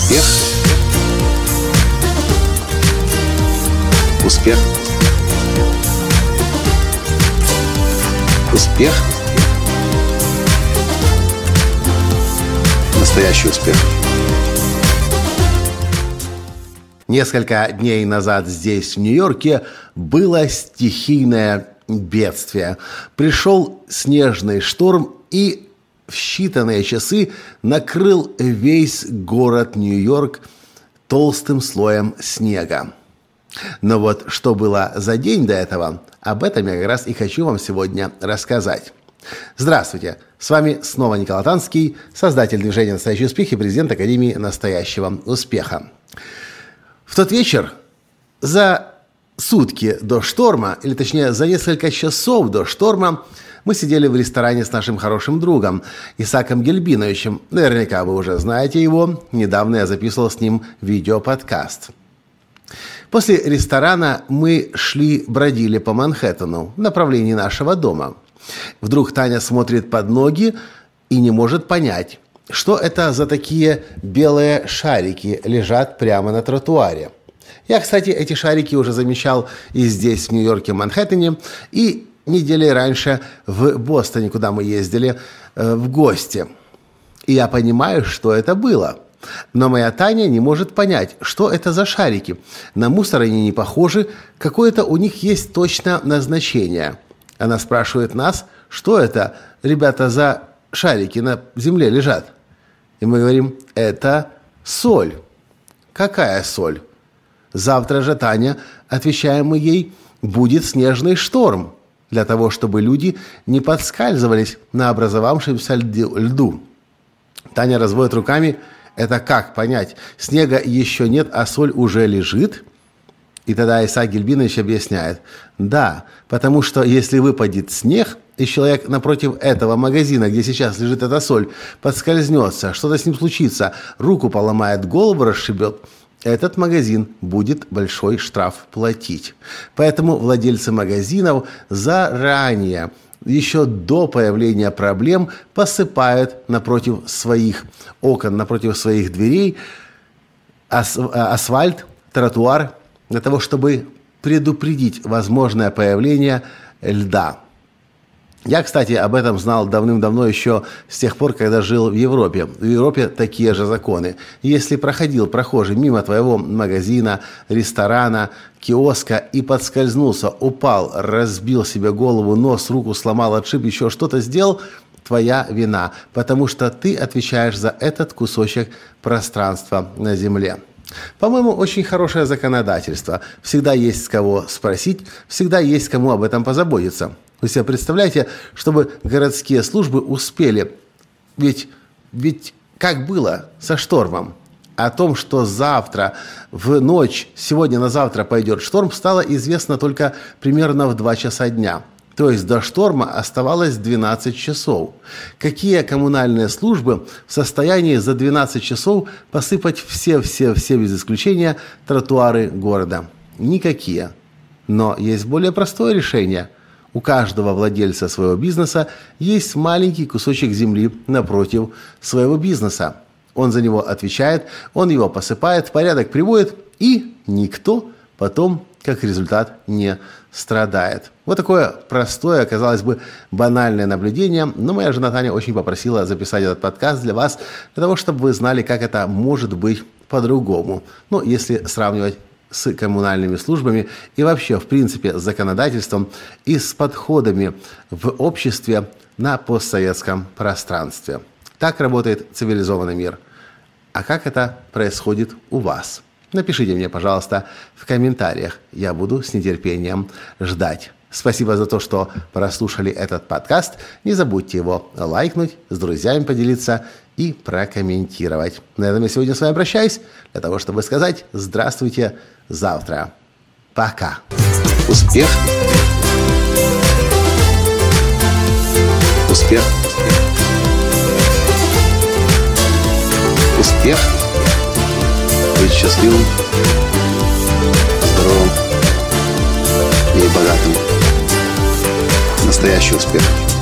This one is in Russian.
Успех. Успех. Успех. Настоящий успех. Несколько дней назад здесь, в Нью-Йорке, было стихийное бедствие. Пришел снежный шторм и в считанные часы накрыл весь город Нью-Йорк толстым слоем снега. Но вот что было за день до этого, об этом я как раз и хочу вам сегодня рассказать. Здравствуйте! С вами снова Николай Танский, создатель движения «Настоящий успех» и президент Академии «Настоящего успеха». В тот вечер, за сутки до шторма, или точнее за несколько часов до шторма, мы сидели в ресторане с нашим хорошим другом Исааком Гельбиновичем. Наверняка вы уже знаете его. Недавно я записывал с ним видеоподкаст. После ресторана мы бродили по Манхэттену в направлении нашего дома. Вдруг Таня смотрит под ноги и не может понять, что это за такие белые шарики лежат прямо на тротуаре. Я, кстати, эти шарики уже замечал и здесь, в Нью-Йорке, в Манхэттене, и недели раньше в Бостоне, куда мы ездили в гости. И я понимаю, что это было. Но моя Таня не может понять, что это за шарики. На мусор они не похожи, какое-то у них есть точно назначение. Она спрашивает нас, что это, ребята, за шарики на земле лежат. И мы говорим, это соль. Какая соль? Завтра же, Таня, отвечаем мы ей, будет снежный шторм, для того, чтобы люди не подскальзывались на образовавшемся льду. Таня разводит руками, это как понять? Снега еще нет, а соль уже лежит? И тогда Исаак Гельбинович объясняет, да, потому что если выпадет снег, и человек напротив этого магазина, где сейчас лежит эта соль, подскользнется, что-то с ним случится, руку поломает, голову расшибет, этот магазин будет большой штраф платить. Поэтому владельцы магазинов заранее, еще до появления проблем, посыпают напротив своих окон, напротив своих дверей асфальт, тротуар, для того, чтобы предупредить возможное появление льда. Я, кстати, об этом знал давным-давно еще с тех пор, когда жил в Европе. В Европе такие же законы. Если проходил прохожий мимо твоего магазина, ресторана, киоска и подскользнулся, упал, разбил себе голову, нос, руку сломал, отшиб, еще что-то сделал, твоя вина, потому что ты отвечаешь за этот кусочек пространства на земле. По-моему, очень хорошее законодательство. Всегда есть с кого спросить, всегда есть кому об этом позаботиться. Вы себе представляете, чтобы городские службы успели? Ведь как было со штормом? О том, что завтра в ночь, сегодня на завтра пойдет шторм, стало известно только примерно в 2 часа дня. То есть до шторма оставалось 12 часов. Какие коммунальные службы в состоянии за 12 часов посыпать все без исключения тротуары города? Никакие. Но есть более простое решение. У каждого владельца своего бизнеса есть маленький кусочек земли напротив своего бизнеса. Он за него отвечает, он его посыпает, в порядок приводит, и никто потом, как результат, не страдает. Вот такое простое, казалось бы, банальное наблюдение, но моя жена Таня очень попросила записать этот подкаст для вас, для того, чтобы вы знали, как это может быть по-другому. Ну, если сравнивать с коммунальными службами и вообще, в принципе, с законодательством и с подходами в обществе на постсоветском пространстве. Так работает цивилизованный мир. А как это происходит у вас? Напишите мне, пожалуйста, в комментариях. Я буду с нетерпением ждать. Спасибо за то, что прослушали этот подкаст. Не забудьте его лайкнуть, с друзьями поделиться и прокомментировать. На этом я сегодня с вами прощаюсь, для того, чтобы сказать «Здравствуйте завтра». Пока. Успех. Успех. Успех. Быть счастливым, здоровым и богатым. Настоящий успех.